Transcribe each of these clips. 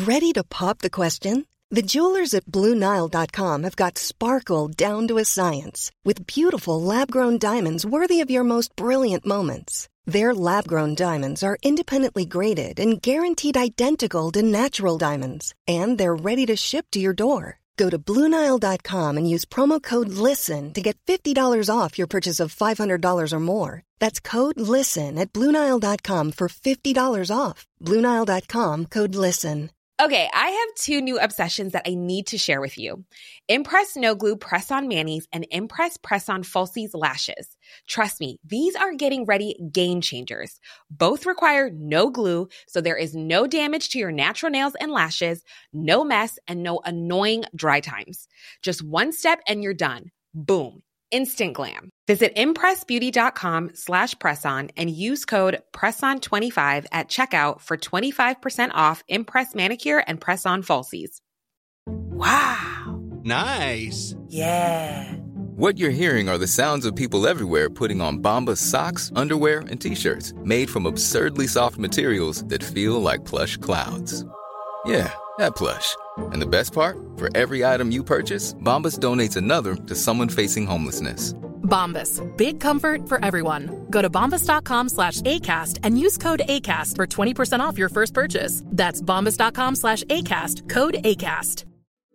Ready to pop the question? The jewelers at BlueNile.com have got sparkle down to a science with beautiful lab-grown diamonds worthy of your most brilliant moments. Their lab-grown diamonds are independently graded and guaranteed identical to natural diamonds, and they're ready to ship to your door. Go to BlueNile.com and use promo code LISTEN to get $50 off your purchase of $500 or more. That's code LISTEN at BlueNile.com for $50 off. BlueNile.com, code LISTEN. Okay, I have two new obsessions that I need to share with you. Impress No Glue Press-On Manis and Impress Press-On Falsies Lashes. Trust me, these are getting ready game changers. Both require no glue, so there is no damage to your natural nails and lashes, no mess, and no annoying dry times. Just one step and you're done. Boom. Instant glam. Visit impressbeauty.com/presson and use code PRESSON25 at checkout for 25% off Impress Manicure and Press-On Falsies. Wow. Nice. Yeah. What you're hearing are the sounds of people everywhere putting on Bombas socks, underwear, and T-shirts made from absurdly soft materials that feel like plush clouds. Yeah, that plush. And the best part? For every item you purchase, Bombas donates another to someone facing homelessness. Bombas. Big comfort for everyone. Go to bombas.com/ACAST and use code ACAST for 20% off your first purchase. That's bombas.com/ACAST. Code ACAST.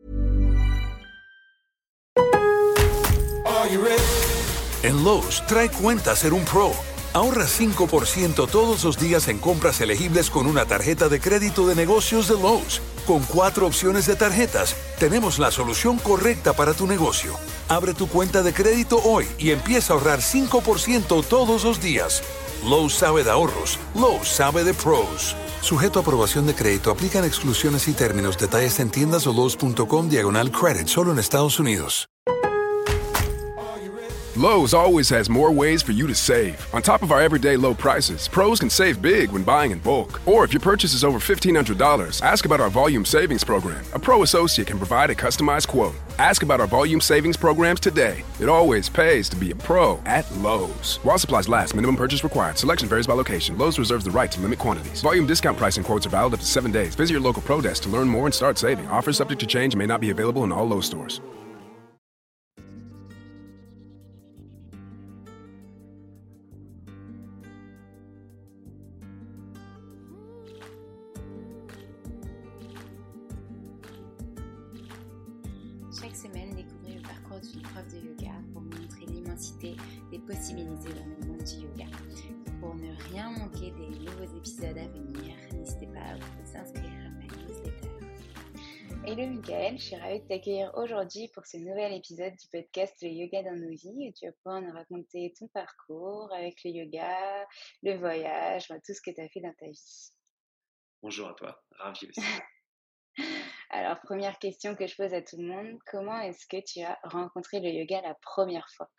Are you ready? En Lowe's, trae cuenta ser un pro. Ahorra 5% todos los días en compras elegibles con una tarjeta de crédito de negocios de Lowe's. Con 4 opciones de tarjetas, tenemos la solución correcta para tu negocio. Abre tu cuenta de crédito hoy y empieza a ahorrar 5% todos los días. Lowe's sabe de ahorros. Lowe's sabe de pros. Sujeto a aprobación de crédito, aplican exclusiones y términos. Detalles en tiendas o lowes.com/credit. Solo en Estados Unidos. Lowe's always has more ways for you to save. On top of our everyday low prices, pros can save big when buying in bulk. Or if your purchase is over $1,500, ask about our volume savings program. A pro associate can provide a customized quote. Ask about our volume savings programs today. It always pays to be a pro at Lowe's. While supplies last, minimum purchase required. Selection varies by location. Lowe's reserves the right to limit quantities. Volume discount pricing quotes are valid up to 7 days. Visit your local pro desk to learn more and start saving. Offers subject to change and may not be available in all Lowe's stores. Chaque semaine, découvrez le parcours d'une prof de yoga pour montrer l'immensité des possibilités dans le monde du yoga. Pour ne rien manquer des nouveaux épisodes à venir, n'hésitez pas à vous inscrire à ma newsletter. Hello Mickaël, je suis ravie de t'accueillir aujourd'hui pour ce nouvel épisode du podcast Le Yoga dans nos vies où tu vas pouvoir nous raconter ton parcours avec le yoga, le voyage, tout ce que tu as fait dans ta vie. Bonjour à toi, ravi aussi. Alors, première question que je pose à tout le monde, comment est-ce que tu as rencontré le yoga la première fois?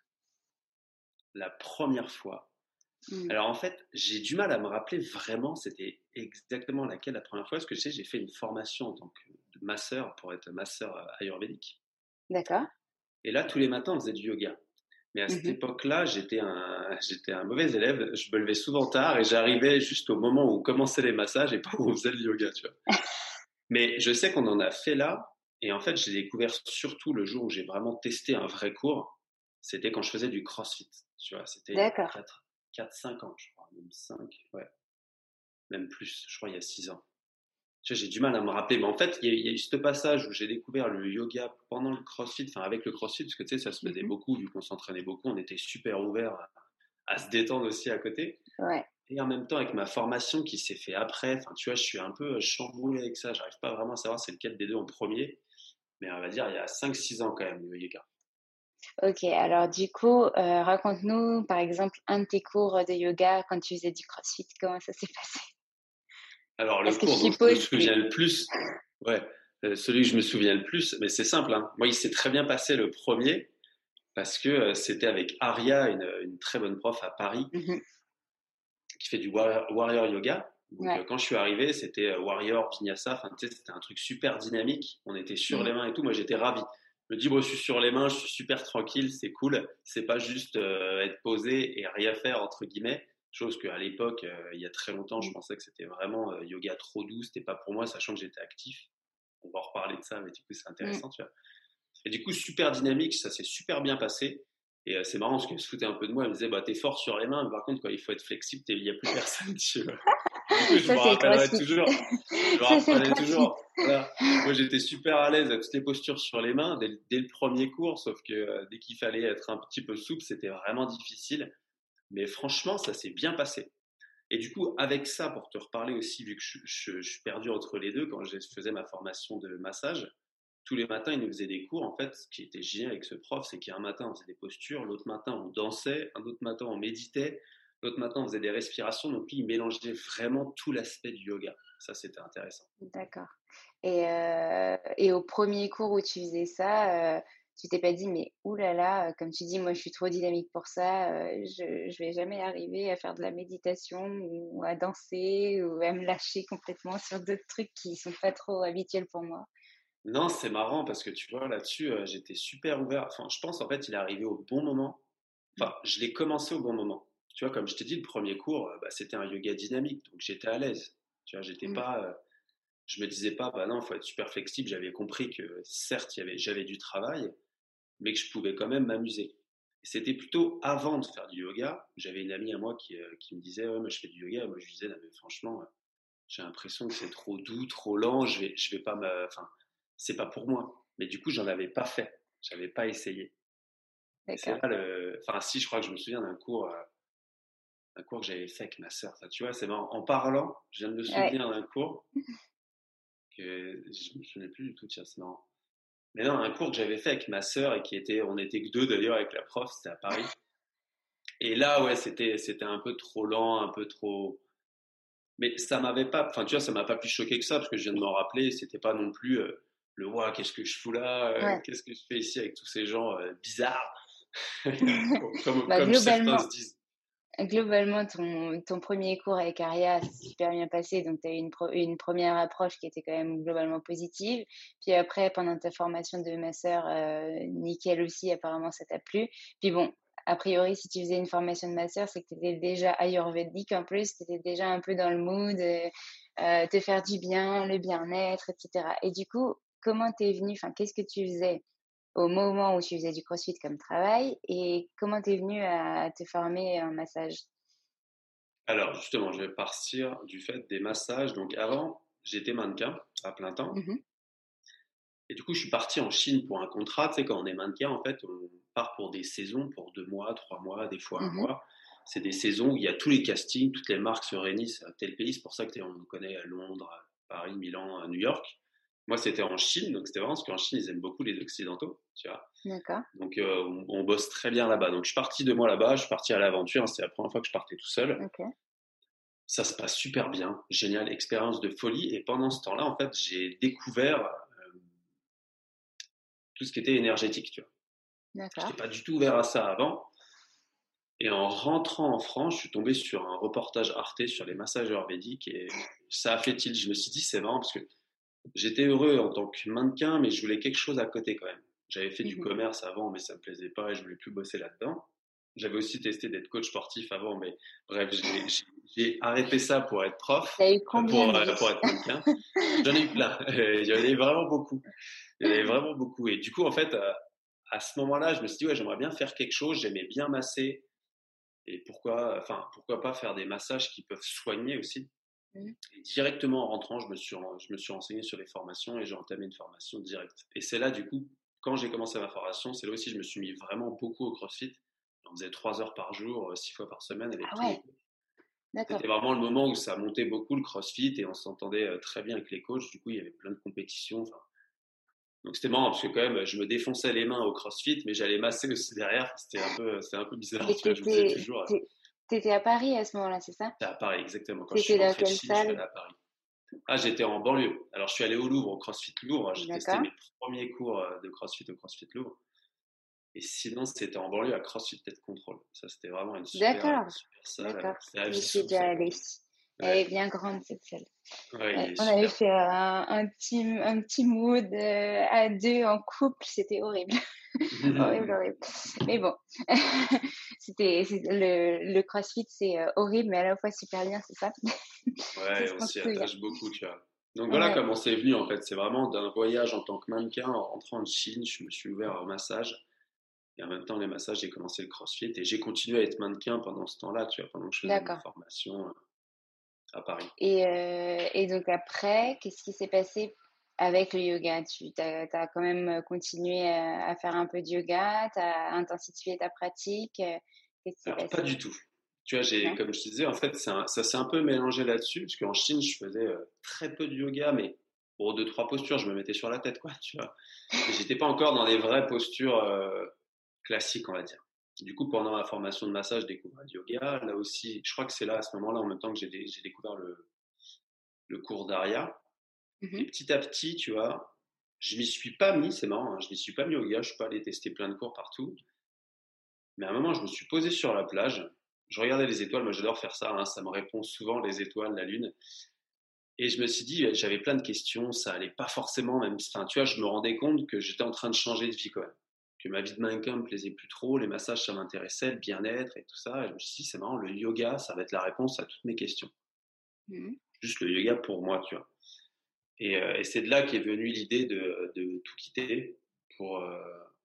La première fois. Alors en fait, j'ai du mal à me rappeler vraiment c'était exactement laquelle la première fois, parce que je sais, j'ai fait une formation en tant que masseur pour être masseur ayurvédique. D'accord. Et là, tous les matins, on faisait du yoga. Mais à cette époque-là, j'étais un mauvais élève, je me levais souvent tard et j'arrivais juste au moment où commençaient les massages et pas où on faisait le yoga, tu vois. Mais je sais qu'on en a fait là, et en fait, j'ai découvert surtout le jour où j'ai vraiment testé un vrai cours, c'était quand je faisais du crossfit, tu vois, c'était 4-5 ans, je crois, même 5, ouais, même plus, je crois il y a 6 ans. Tu vois, j'ai du mal à me rappeler, mais en fait, il y a eu ce passage où j'ai découvert le yoga pendant le crossfit, enfin avec le crossfit, parce que tu sais, ça se faisait beaucoup, vu qu'on s'entraînait beaucoup, on était super ouverts à se détendre aussi à côté. Ouais. Et en même temps, avec ma formation qui s'est fait après, enfin, tu vois, je suis un peu chamboulé avec ça. J'arrive pas vraiment à savoir c'est lequel des deux en premier. Mais on va dire, il y a 5-6 ans quand même, le yoga. Ok, alors du coup, raconte-nous, par exemple, un de tes cours de yoga quand tu faisais du crossfit. Comment ça s'est passé? Alors, le cours dont je me souviens le plus, celui que je me souviens le plus, mais c'est simple, hein. Moi, il s'est très bien passé le premier parce que c'était avec Aria, une très bonne prof à Paris. Qui fait du warrior yoga. Donc, quand je suis arrivé, c'était warrior, vinyasa, enfin, tu sais, c'était un truc super dynamique. On était sur les mains et tout. Moi, j'étais ravi. Je me dis, bon, je suis sur les mains, je suis super tranquille, c'est cool. C'est pas juste être posé et rien faire, entre guillemets. Chose qu'à l'époque, il y a très longtemps, je pensais que c'était vraiment yoga trop doux, c'était pas pour moi, sachant que j'étais actif. On va en reparler de ça, mais du coup, c'est intéressant, tu vois. Et du coup, super dynamique, ça s'est super bien passé. Et c'est marrant parce qu'elle se foutait un peu de moi, elle me disait, bah, t'es fort sur les mains, mais par contre, quand il faut être flexible, il n'y a plus personne, tu vois. Du coup, je me rappellerai toujours. Voilà. Moi, j'étais super à l'aise à toutes les postures sur les mains dès le premier cours, sauf que dès qu'il fallait être un petit peu souple, c'était vraiment difficile. Mais franchement, ça s'est bien passé. Et du coup, avec ça, pour te reparler aussi, vu que je suis perdu entre les deux, quand je faisais ma formation de massage, tous les matins, il nous faisait des cours. En fait, ce qui était génial avec ce prof, c'est qu'un matin, on faisait des postures, l'autre matin, on dansait, un autre matin, on méditait, l'autre matin, on faisait des respirations. Donc, lui, il mélangeait vraiment tout l'aspect du yoga. Ça, c'était intéressant. D'accord. Et au premier cours où tu faisais ça, tu t'es pas dit, mais oulala, comme tu dis, moi, je suis trop dynamique pour ça, je vais jamais arriver à faire de la méditation ou à danser ou à me lâcher complètement sur d'autres trucs qui sont pas trop habituels pour moi. Non, c'est marrant parce que tu vois, là-dessus, j'étais super ouvert. Enfin, je pense, en fait, il est arrivé au bon moment. Enfin, je l'ai commencé au bon moment. Tu vois, comme je t'ai dit, le premier cours, c'était un yoga dynamique, donc j'étais à l'aise. Tu vois, j'étais pas, je me disais pas, bah non, il faut être super flexible. J'avais compris que certes, j'avais du travail, mais que je pouvais quand même m'amuser. Et c'était plutôt avant de faire du yoga. J'avais une amie à moi qui me disait, ouais, moi je fais du yoga. Et moi, je lui disais, non, mais franchement, j'ai l'impression que c'est trop doux, trop lent. Je vais pas enfin, c'est pas pour moi. Mais du coup, j'en avais pas fait. J'avais pas essayé. C'est D'accord. là enfin, si, je crois que je me souviens d'un cours que j'avais fait avec ma sœur. Ça, tu vois, c'est marrant. En parlant, je viens de me Ouais. souvenir d'un cours que je me souvenais plus du tout. Tiens, c'est marrant. Mais non, un cours que j'avais fait avec ma sœur et on était que deux d'ailleurs avec la prof, c'était à Paris. Et là, ouais, c'était un peu trop lent, un peu trop. Mais ça m'avait pas, enfin, tu vois, ça m'a pas plus choqué que ça parce que je viens de m'en rappeler. C'était pas non plus le ouah, qu'est-ce que je fous là, Ouais. qu'est-ce que je fais ici avec tous ces gens bizarres, Bah, comme certains se disent. globalement, ton premier cours avec Aria s'est super bien passé, donc tu as eu une première approche qui était quand même globalement positive. Puis après, pendant ta formation de masseur, nickel aussi, apparemment ça t'a plu. Puis bon, a priori, si tu faisais une formation de masseur, c'est que tu étais déjà ayurvédique en plus, tu étais déjà un peu dans le mood, te faire du bien, le bien-être, etc. Et du coup, comment t'es venu, enfin, qu'est-ce que tu faisais au moment où tu faisais du crossfit comme travail et comment t'es venu à te former en massage? Alors justement, je vais partir du fait des massages. Donc avant, j'étais mannequin à plein temps. Mmh. Et du coup, je suis parti en Chine pour un contrat. Tu sais, quand on est mannequin, en fait, on part pour des saisons, pour 2 mois, 3 mois, des fois un Mmh. mois. C'est des saisons où il y a tous les castings, toutes les marques se réunissent à tel pays. C'est pour ça que on connaît à Londres, à Paris, Milan, à New York. Moi, c'était en Chine, donc c'était vraiment parce qu'en Chine, ils aiment beaucoup les Occidentaux, tu vois. D'accord. Donc, on bosse très bien là-bas. Donc, je suis parti 2 mois là-bas, je suis parti à l'aventure. C'était la première fois que je partais tout seul. OK. Ça se passe super bien, génial, expérience de folie. Et pendant ce temps-là, en fait, j'ai découvert tout ce qui était énergétique, tu vois. Je D'accord. n'étais pas du tout ouvert à ça avant. Et en rentrant en France, je suis tombé sur un reportage Arte sur les massages ayurvédiques et ça a fait tilt. Je me suis dit, c'est marrant parce que j'étais heureux en tant que mannequin, mais je voulais quelque chose à côté quand même. J'avais fait du Mmh. commerce avant, mais ça me plaisait pas et je voulais plus bosser là-dedans. J'avais aussi testé d'être coach sportif avant, mais bref, j'ai arrêté ça pour être prof, Tu as eu combien de pour vies? être mannequin. J'en ai eu plein. Il y en avait vraiment beaucoup. Il y en avait vraiment beaucoup. Et du coup, en fait, à ce moment-là, je me suis dit, ouais, j'aimerais bien faire quelque chose. J'aimais bien masser. Et pourquoi pas faire des massages qui peuvent soigner aussi. Mmh. Et directement en rentrant, je me suis renseigné sur les formations et j'ai entamé une formation directe. Et c'est là, du coup, quand j'ai commencé ma formation, c'est là aussi que je me suis mis vraiment beaucoup au CrossFit. On faisait 3 heures par jour, 6 fois par semaine avec Ah tous les ouais, coachs. d'accord. C'était vraiment le moment où ça montait beaucoup le CrossFit et on s'entendait très bien avec les coachs. Du coup, il y avait plein de compétitions. Enfin, donc c'était marrant parce que quand même, je me défonçais les mains au CrossFit, mais j'allais masser aussi derrière. C'était un peu bizarre. Et Tu vois, je me disais toujours. t'étais à Paris à ce moment-là, c'est ça? C'était à Paris, exactement. Quand je suis T'étais dans rentré de quelle Chine, je suis salle? allé à Paris. Ah, j'étais en banlieue. Alors, je suis allé au Louvre, au CrossFit Louvre. J'ai testé D'accord. mes premiers cours de CrossFit au CrossFit Louvre. Et sinon, c'était en banlieue à CrossFit Tête Control. Ça, c'était vraiment une super D'accord, salle. d'accord. C'était à J'y suis Vissou, déjà ça. allée. Elle est bien grande, cette salle. Ouais, il est On avait super. fait un petit mood à deux en couple, c'était horrible. Horrible, horrible. Mais bon, le CrossFit, c'est horrible, mais à la fois super bien, c'est ça? Ça Ouais, se on s'y construit bien. attache beaucoup, tu vois. Donc voilà Ouais, comment c'est venu en fait. C'est vraiment d'un voyage en tant que mannequin en rentrant en Chine. Je me suis ouvert au massage et en même temps les massages, j'ai commencé le CrossFit et j'ai continué à être mannequin pendant ce temps-là, tu vois, pendant que je faisais ma d'accord. formation à Paris. Et donc après, qu'est-ce qui s'est passé avec le yoga? Tu as quand même continué à faire un peu de yoga, tu as intensifié ta pratique, qu'est-ce qui s'est Alors pas passé? du tout. Tu vois, Non? comme je te disais, en fait, ça s'est un peu mélangé là-dessus, parce qu'en Chine, je faisais très peu de yoga, mais pour deux, trois postures, je me mettais sur la tête, quoi, tu vois. Mais j'étais pas encore dans des vraies postures classiques, on va dire. Du coup, pendant ma formation de massage, je découvre le yoga. Là aussi, je crois que c'est là, à ce moment-là, en même temps que j'ai découvert le cours d'Arya. Et Mmh. petit à petit, tu vois, je m'y suis pas mis, c'est marrant, hein, je m'y suis pas mis au yoga, je suis pas allé tester plein de cours partout. Mais à un moment, je me suis posé sur la plage, je regardais les étoiles, moi j'adore faire ça, hein, ça me répond souvent, les étoiles, la lune. Et je me suis dit, j'avais plein de questions, ça allait pas forcément, même, enfin, tu vois, je me rendais compte que j'étais en train de changer de vie quand même. Que ma vie de mannequin me plaisait plus trop, les massages ça m'intéressait, le bien-être et tout ça. Et je me suis dit, c'est marrant, le yoga, ça va être la réponse à toutes mes questions. Mmh. Juste le yoga pour moi, tu vois. Et c'est de là qu'est venue l'idée de tout quitter pour, euh,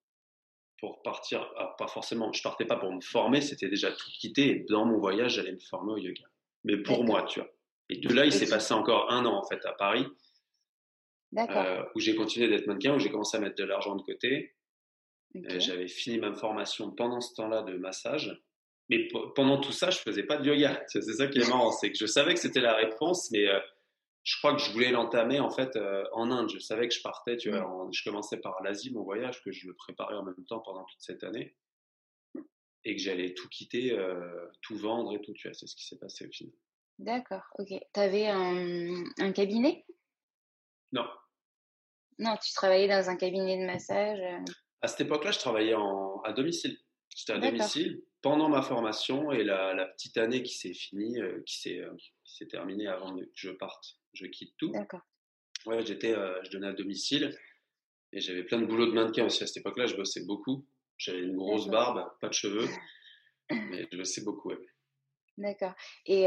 pour partir. Ah, pas forcément, je partais pas pour me former, c'était déjà tout quitter. Et dans mon voyage, j'allais me former au yoga. Mais pour D'accord. moi, tu vois. Et de là, il Et s'est tu passé encore un an en fait à Paris, D'accord, où j'ai continué d'être mannequin, où j'ai commencé à mettre de l'argent de côté. OK. J'avais fini ma formation pendant ce temps-là de massage. Mais pendant tout ça, je faisais pas de yoga. C'est ça qui est marrant, c'est que je savais que c'était la réponse, mais je crois que je voulais l'entamer en fait en Inde. Je savais que je partais, tu vois, Mmh. je commençais par l'Asie, mon voyage, que je le préparais en même temps pendant toute cette année, et que j'allais tout quitter, tout vendre et tout, tu vois, c'est ce qui s'est passé au final. D'accord, OK. Tu avais un cabinet? Non, Non, tu travaillais dans un cabinet de massage, à cette époque-là, je travaillais à domicile. J'étais à D'accord, domicile pendant ma formation et la petite année qui s'est finie, qui s'est terminée avant que je parte, je quitte tout. d'accord. Ouais, je donnais à domicile et j'avais plein de boulot de mannequin aussi à cette époque-là. Je bossais beaucoup. J'avais une grosse D'accord. barbe, pas de cheveux, mais je bossais beaucoup. Ouais. D'accord. Et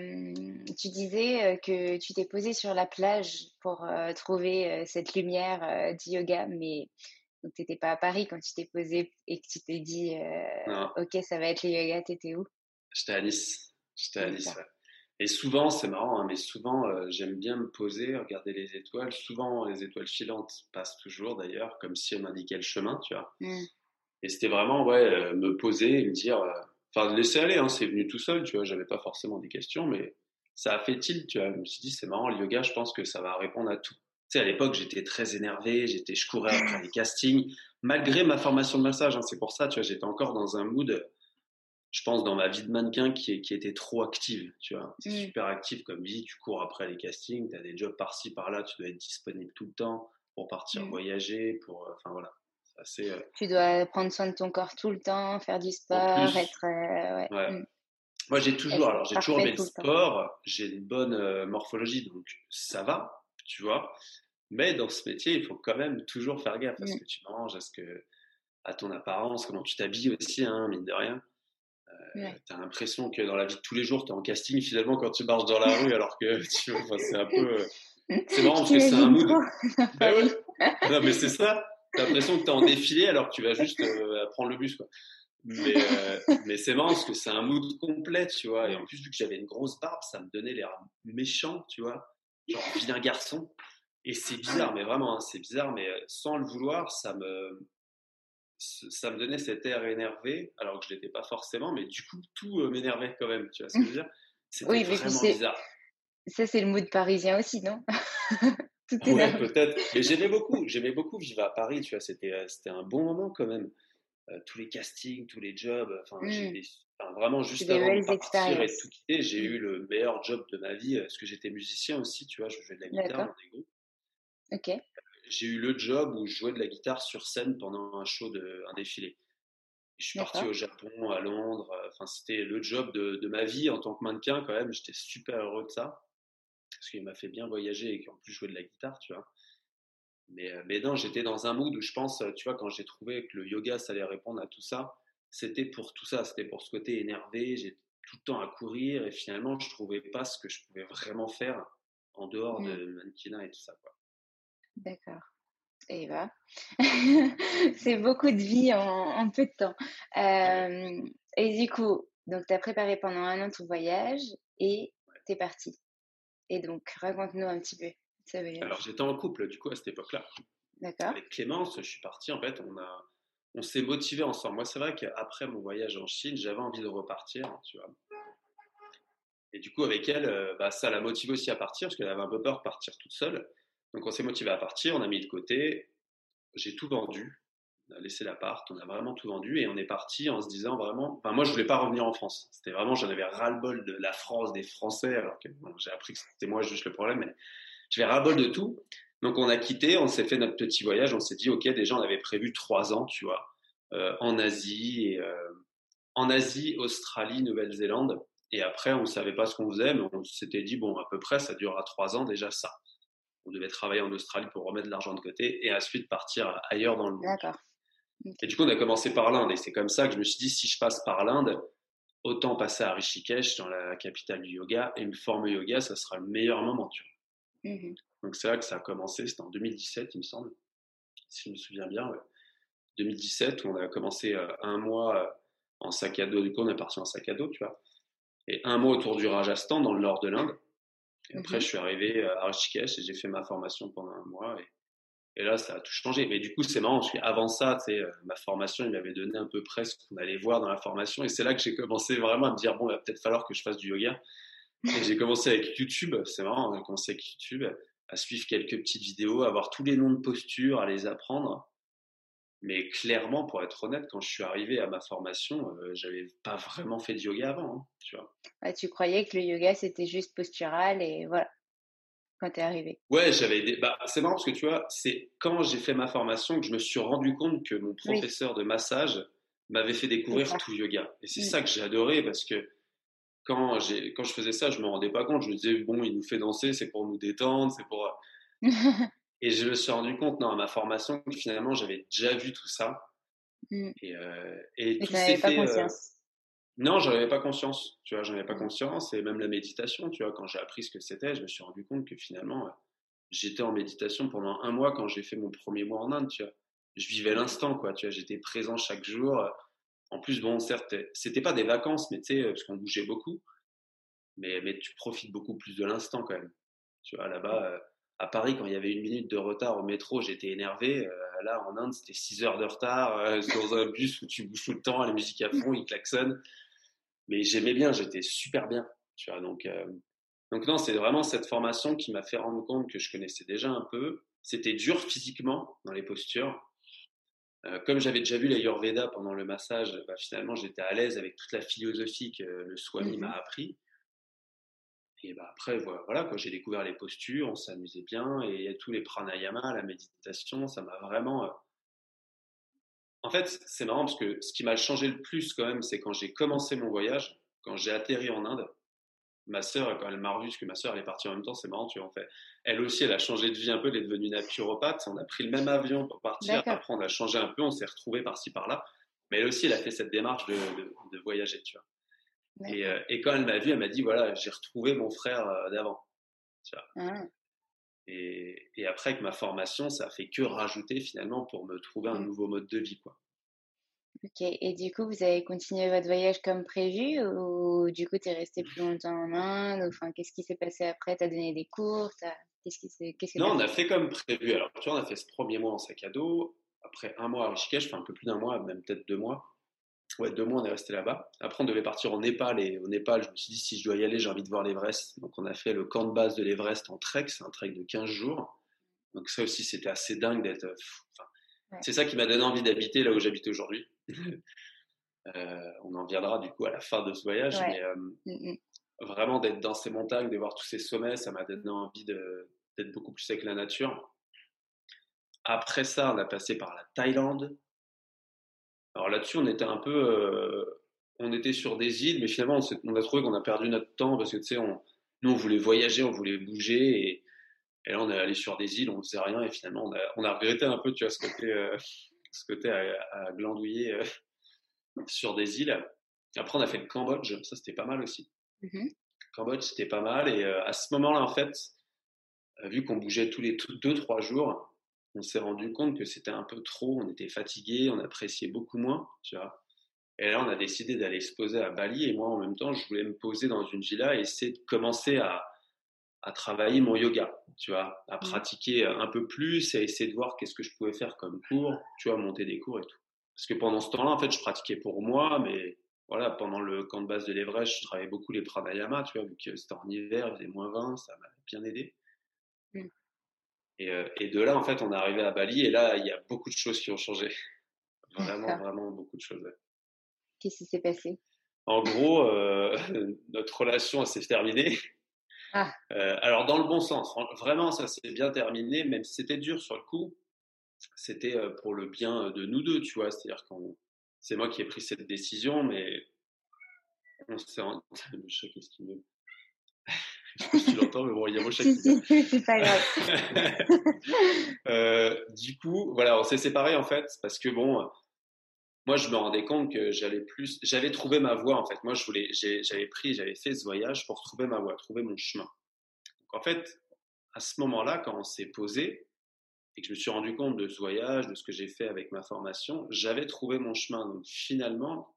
tu disais, que tu t'es posé sur la plage pour, trouver, cette lumière, du yoga, mais donc tu étais pas à Paris quand tu t'es posé et que tu t'es dit, Non, «OK, ça va être le yoga», tu étais où? j'étais à Nice. J'étais à Nice, D'accord. ouais. Et souvent, c'est marrant, hein, mais souvent, j'aime bien me poser, regarder les étoiles. Souvent, les étoiles filantes passent toujours d'ailleurs, comme si elles m'indiquaient le chemin, tu vois. Mmh. Et c'était vraiment, ouais, me poser et me dire, enfin, laisser aller, hein, c'est venu tout seul, tu vois. J'avais pas forcément des questions, mais ça a fait tilt, tu vois. Je me suis dit, c'est marrant, le yoga, je pense que ça va répondre à tout. Tu sais, à l'époque, j'étais très énervé, je courais après les castings, malgré ma formation de massage, hein, c'est pour ça, tu vois, j'étais encore dans un mood, je pense, dans ma vie de mannequin qui était trop active, tu vois. C'est Mmh. super actif comme vie, tu cours après les castings, tu as des jobs par-ci, par-là, tu dois être disponible tout le temps pour partir Mmh. voyager, enfin voilà. C'est assez, Tu dois prendre soin de ton corps tout le temps, faire du en sport, plus, être, ouais, ouais. Moi, être j'ai toujours parfait aimé le tout le temps. sport, j'ai une bonne morphologie, donc ça va, tu vois. Mais dans ce métier, il faut quand même toujours faire gaffe à ce Mmh. que tu manges, à ton apparence, comment tu t'habilles aussi, hein, mine de rien. Ouais. T'as l'impression que dans la vie de tous les jours, t'es en casting finalement quand tu marches dans la rue, alors que tu vois, enfin, c'est un peu, c'est marrant Je parce que c'est un t'imagine mood. trop à Ben Paris. ouais. Non, mais c'est ça. T'as l'impression que t'es en défilé alors que tu vas juste prendre le bus, quoi. Mais c'est marrant parce que c'est un mood complet, tu vois. Et en Mmh. plus, vu que j'avais une grosse barbe, ça me donnait l'air méchant, tu vois. Genre vilain garçon. Et c'est bizarre, mais vraiment, hein, c'est bizarre, mais sans le vouloir, ça me donnait cet air énervé, alors que je l'étais pas forcément, mais du coup, tout m'énervait quand même, tu vois ce que je veux dire? C'était Oui, mais puis vraiment bizarre. c'est le mood parisien aussi, non? Tout Ouais, énervé. peut-être. Mais j'aimais beaucoup vivre à Paris, tu vois. C'était un bon moment quand même. Tous les castings, tous les jobs. Enfin, Mmh. enfin, vraiment, C'est juste des avant de belles partir et de tout expériences. quitter, j'ai Mmh. eu le meilleur job de ma vie, parce que j'étais musicien aussi, tu vois. Je jouais de la guitare D'accord. dans des groupes. OK. J'ai eu le job où je jouais de la guitare sur scène pendant un défilé. Je suis parti D'accord. au Japon, à Londres. Enfin, c'était le job de ma vie en tant que mannequin quand même. J'étais super heureux de ça parce qu'il m'a fait bien voyager et qu'en plus jouer de la guitare, tu vois. Mais non, j'étais dans un mood où je pense, tu vois, quand j'ai trouvé que le yoga, ça allait répondre à tout ça, c'était pour tout ça. C'était pour ce côté énervé. J'étais tout le temps à courir et finalement, je trouvais pas ce que je pouvais vraiment faire en dehors Mmh. de mannequinat et tout ça, quoi. D'accord. Et bah, c'est beaucoup de vie en peu de temps. Ouais. Et du coup, donc tu as préparé pendant 1 an ton voyage et tu es parti. Et donc raconte-nous un petit peu ce Alors, voyage. j'étais en couple, du coup, à cette époque-là. D'accord? Avec Clémence, je suis parti, en fait, on s'est motivés ensemble. Moi, c'est vrai qu'après mon voyage en Chine, j'avais envie de repartir, tu vois. Et du coup, avec elle, bah, ça l'a motivée aussi à partir, parce qu'elle avait un peu peur de partir toute seule. Donc, on s'est motivé à partir, on a mis de côté, j'ai tout vendu, on a laissé l'appart, on a vraiment tout vendu, et on est parti en se disant vraiment, enfin, moi, je voulais pas revenir en France. C'était vraiment, j'en avais ras-le-bol de la France, des Français, alors que bon, j'ai appris que c'était moi juste le problème, mais j'avais ras-le-bol de tout. Donc, on a quitté, on s'est fait notre petit voyage, on s'est dit, OK, déjà, on avait prévu 3 ans, tu vois, en Asie, en Asie, Australie, Nouvelle-Zélande. Et après, on ne savait pas ce qu'on faisait, mais on s'était dit, bon, à peu près, ça durera 3 ans, déjà ça. On devait travailler en Australie pour remettre de l'argent de côté et ensuite partir ailleurs dans le monde. D'accord. OK. Et du coup, on a commencé par l'Inde. Et c'est comme ça que je me suis dit, si je passe par l'Inde, autant passer à Rishikesh, dans la capitale du yoga, et me former au yoga, ça sera le meilleur moment, tu vois. Mmh. Donc c'est là que ça a commencé, c'était en 2017, il me semble, si je me souviens bien. Ouais. 2017, où on a commencé 1 mois en sac à dos. Du coup, on est parti en sac à dos, tu vois. Et 1 mois autour du Rajasthan, dans le nord de l'Inde. Et après, Mmh. je suis arrivé à Rishikesh et j'ai fait ma formation pendant 1 mois. Et là, ça a tout changé. Mais du coup, c'est marrant, parce qu'avant ça, tu sais, ma formation, il m'avait donné à peu près ce qu'on allait voir dans la formation. Et c'est là que j'ai commencé vraiment à me dire, bon, il va peut-être falloir que je fasse du yoga. Et j'ai commencé avec YouTube. C'est marrant, on a commencé avec YouTube, à suivre quelques petites vidéos, à voir tous les noms de postures, à les apprendre. Mais clairement, pour être honnête, quand je suis arrivé à ma formation, j'avais pas vraiment fait de yoga avant, hein, tu vois. Ouais, tu croyais que le yoga, c'était juste postural et voilà, quand tu es arrivé. Ouais, bah, c'est marrant parce que tu vois, c'est quand j'ai fait ma formation que je me suis rendu compte que mon Oui, professeur de massage m'avait fait c'est découvrir ça. tout le yoga. Et c'est Mmh. ça que j'ai adoré parce que quand je faisais ça, je me rendais pas compte. Je me disais, bon, il nous fait danser, c'est pour nous détendre, c'est pour. Et je me suis rendu compte, non, à ma formation, que finalement, j'avais déjà vu tout ça. Mmh. Et Mais tout tu s'est avais pas fait. conscience. Non, j'en avais pas conscience. Tu vois, j'en avais pas Mmh. conscience. Et même la méditation, tu vois, quand j'ai appris ce que c'était, je me suis rendu compte que finalement, j'étais en méditation pendant 1 mois quand j'ai fait mon premier mois en Inde, tu vois. Je vivais l'instant, quoi, tu vois, j'étais présent chaque jour. En plus, bon, certes, c'était pas des vacances, mais tu sais, parce qu'on bougeait beaucoup, mais tu profites beaucoup plus de l'instant quand même. Tu vois, Mmh. là-bas, à Paris, quand il y avait 1 minute de retard au métro, j'étais énervé. Là, en Inde, c'était 6 heures de retard dans un bus où tu bouges tout le temps, la musique à fond, il klaxonne. Mais j'aimais bien, j'étais super bien, tu vois. Donc non, c'est vraiment cette formation qui m'a fait rendre compte que je connaissais déjà un peu. C'était dur physiquement dans les postures. Comme j'avais déjà vu l'Ayurveda pendant le massage, bah, finalement j'étais à l'aise avec toute la philosophie que le Swami m'a Mmh. appris. Et bah, après, voilà quoi, j'ai découvert les postures, on s'amusait bien, et tous les pranayamas, la méditation, ça m'a vraiment. En fait, c'est marrant parce que ce qui m'a changé le plus quand même, c'est quand j'ai commencé mon voyage, quand j'ai atterri en Inde. Ma sœur, quand elle m'a revu, parce que ma sœur, elle est partie en même temps, c'est marrant, tu vois, en fait. Elle aussi, elle a changé de vie un peu, elle est devenue naturopathe. On a pris le même avion pour partir. D'accord, Après, on a changé un peu, on s'est retrouvés par-ci, par-là. Mais elle aussi, elle a fait cette démarche de voyager, tu vois. d'accord. Et quand elle m'a vu, elle m'a dit, voilà, j'ai retrouvé mon frère d'avant, tu vois. Ah. Et après, avec ma formation, ça a fait que rajouter finalement pour me trouver un Mmh. nouveau mode de vie, quoi. OK, et du coup, vous avez continué votre voyage comme prévu ou du coup, tu es resté plus longtemps en Inde? Enfin, qu'est-ce qui s'est passé après? Tu as donné des cours? Qu'est-ce que tu Non, as on a fait? fait comme prévu. Alors, tu vois, on a fait ce premier mois en sac à dos. Après 1 mois à Rishikesh, enfin un peu plus d'1 mois, même peut-être 2 mois. Ouais, 2 mois, on est resté là-bas. Après, on devait partir au Népal. Et au Népal, je me suis dit, si je dois y aller, j'ai envie de voir l'Everest. Donc, on a fait le camp de base de l'Everest en trek. C'est un trek de 15 jours. Donc, ça aussi, c'était assez dingue d'être. Enfin, Ouais. c'est ça qui m'a donné envie d'habiter là où j'habite aujourd'hui. On en viendra du coup à la fin de ce voyage. Ouais. Mais Mmh mh. vraiment d'être dans ces montagnes, de voir tous ces sommets, ça m'a donné envie d'être beaucoup plus avec la nature. Après ça, on a passé par la Thaïlande. Alors là-dessus, on était un peu, on était sur des îles, mais finalement, on a trouvé qu'on a perdu notre temps parce que tu sais, nous, on voulait voyager, on voulait bouger, et là, on est allé sur des îles, on faisait rien, et finalement, on a regretté un peu, tu vois, ce côté à glandouiller sur des îles. Après, on a fait le Cambodge, ça c'était pas mal aussi. Mhm. Cambodge, c'était pas mal, et à ce moment-là, en fait, vu qu'on bougeait tous les 2-3 jours, on s'est rendu compte que c'était un peu trop, on était fatigué, on appréciait beaucoup moins, tu vois. Et là, on a décidé d'aller se poser à Bali, et moi, en même temps, je voulais me poser dans une villa et essayer de commencer à travailler mon yoga, tu vois, à pratiquer un peu plus et à essayer de voir qu'est-ce que je pouvais faire comme cours, tu vois, monter des cours et tout. Parce que pendant ce temps-là, en fait, je pratiquais pour moi, mais voilà, pendant le camp de base de l'Everest, je travaillais beaucoup les pranayama, tu vois, vu que c'était en hiver, il faisait -20, ça m'a bien aidé. Mm. Et de là, en fait, on est arrivé à Bali, et là, il y a beaucoup de choses qui ont changé. Vraiment, D'accord. vraiment beaucoup de choses. Qu'est-ce qui s'est passé? En gros, notre relation s'est terminée. Ah, Alors dans le bon sens, vraiment ça s'est bien terminé, même si c'était dur sur le coup, c'était pour le bien de nous deux, tu vois, c'est-à-dire c'est moi qui ai pris cette décision, mais on s'est le chat, qu'est-ce qu'il veut? Je sais pas si tu l'entends, mais bon, il y a mon chat si, qui si, c'est pas grave. Du coup, voilà, on s'est séparés en fait, parce que bon, moi je me rendais compte que j'avais trouvé ma voie en fait. Moi j'avais fait ce voyage pour trouver ma voie, trouver mon chemin. Donc en fait, à ce moment-là, quand on s'est posé et que je me suis rendu compte de ce voyage, de ce que j'ai fait avec ma formation, j'avais trouvé mon chemin. Donc finalement,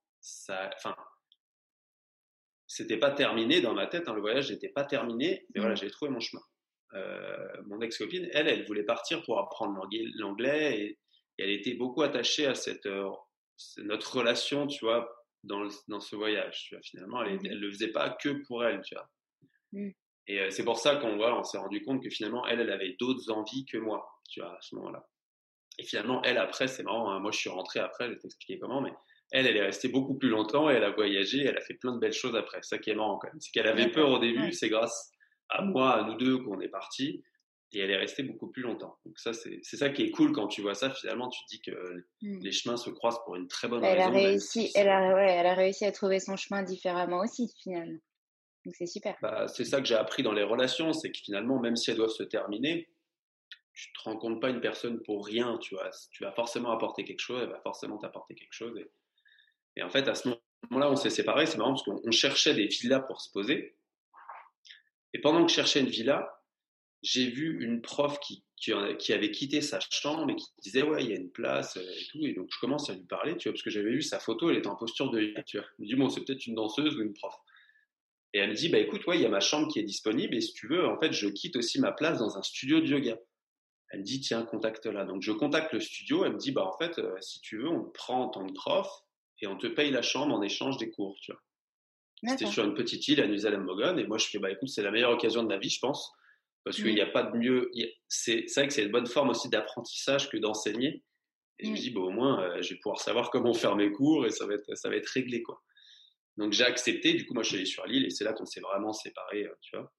c'était pas terminé dans ma tête, hein, le voyage n'était pas terminé, mais voilà, j'ai trouvé mon chemin. Mon ex-copine, elle voulait partir pour apprendre l'anglais, et elle était beaucoup attachée à notre relation, tu vois, dans ce voyage. Tu vois, finalement, elle le faisait pas que pour elle, tu vois. Et c'est pour ça on s'est rendu compte que finalement, elle avait d'autres envies que moi, tu vois, à ce moment-là. Et finalement, elle, après, c'est marrant, hein, moi je suis rentré après, je vais t'expliquer comment, mais elle est restée beaucoup plus longtemps, et elle a voyagé, elle a fait plein de belles choses après. C'est ça qui est marrant quand même. C'est qu'elle avait peur au début, c'est grâce à moi, à nous deux, qu'on est partis, et elle est restée beaucoup plus longtemps. Donc ça, c'est ça qui est cool quand tu vois ça, finalement, tu te dis que les chemins se croisent pour une très bonne raison. Elle a réussi à trouver son chemin différemment aussi, finalement. Donc c'est super. Bah, c'est ça que j'ai appris dans les relations, c'est que finalement, même si elles doivent se terminer, tu te rends compte pas une personne pour rien, tu vois. Tu vas forcément apporter quelque chose, elle va forcément t'apporter quelque chose. Et en fait, à ce moment-là, on s'est séparés. C'est marrant parce qu'on cherchait des villas pour se poser. Et pendant que je cherchais une villa, j'ai vu une prof qui avait quitté sa chambre et qui disait ouais, il y a une place et tout. Et donc je commence à lui parler, tu vois, parce que j'avais vu sa photo, elle était en posture de yoga, tu vois. Je me dis bon, c'est peut-être une danseuse ou une prof. Et elle me dit bah écoute, ouais, il y a ma chambre qui est disponible, et si tu veux, en fait, je quitte aussi ma place dans un studio de yoga. Elle me dit tiens, contacte là. Donc je contacte le studio, elle me dit bah en fait, si tu veux, on te prend en tant que prof et on te paye la chambre en échange des cours, tu vois. C'était sur une petite île à Nusa-Lambogon, et moi je fais bah écoute, c'est la meilleure occasion de ma vie, je pense, parce qu'il n'y a pas de mieux. C'est vrai que c'est une bonne forme aussi d'apprentissage que d'enseigner. Et je me dis bah au moins je vais pouvoir savoir comment faire mes cours, et ça va être réglé, quoi. Donc j'ai accepté. Du coup moi je suis allé sur l'île, et c'est là qu'on s'est vraiment séparés, tu vois.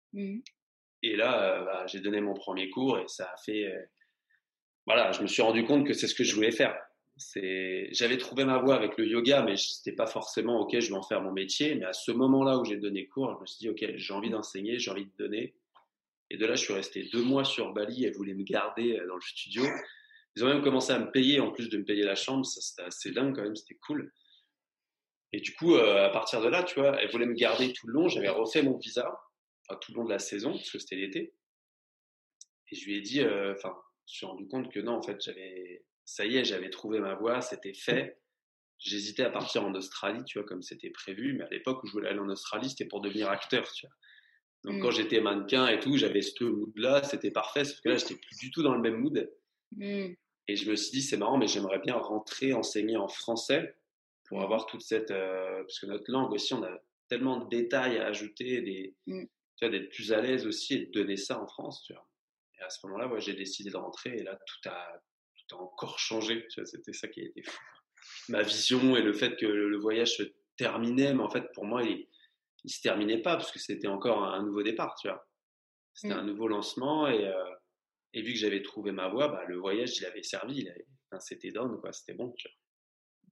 Et là bah, j'ai donné mon premier cours, et ça a fait voilà, je me suis rendu compte que c'est ce que je voulais faire. J'avais trouvé ma voie avec le yoga, mais c'était pas forcément ok, je vais en faire mon métier. Mais à ce moment-là où j'ai donné cours, je me suis dit ok, j'ai envie d'enseigner, j'ai envie de donner. Et de là, je suis resté 2 mois sur Bali. Elles voulaient me garder dans le studio. Ils ont même commencé à me payer, en plus de me payer la chambre. Ça, c'était assez dingue quand même, c'était cool. Et du coup, à partir de là, tu vois, elles voulaient me garder tout le long. J'avais refait mon visa, enfin tout le long de la saison, parce que c'était l'été. Et je lui ai dit, je me suis rendu compte que non, en fait, ça y est, j'avais trouvé ma voie, c'était fait. J'hésitais à partir en Australie, tu vois, comme c'était prévu, mais à l'époque où je voulais aller en Australie, c'était pour devenir acteur, tu vois. Donc quand j'étais mannequin et tout, j'avais ce mood-là, c'était parfait, sauf que là, j'étais plus du tout dans le même mood. Et je me suis dit, c'est marrant, mais j'aimerais bien rentrer, enseigner en français pour avoir toute cette... parce que notre langue aussi, on a tellement de détails à ajouter, tu vois, d'être plus à l'aise aussi et de donner ça en France, tu vois. Et à ce moment-là, ouais, j'ai décidé de rentrer, et là, tout a encore changé. Tu vois, c'était ça qui a été fou. Ma vision et le fait que le voyage se terminait, mais en fait, pour moi, il se terminait pas, parce que c'était encore un nouveau départ, tu vois. C'était un nouveau lancement, et vu que j'avais trouvé ma voie, bah, le voyage, il avait servi. C'était down, quoi. C'était bon, tu vois.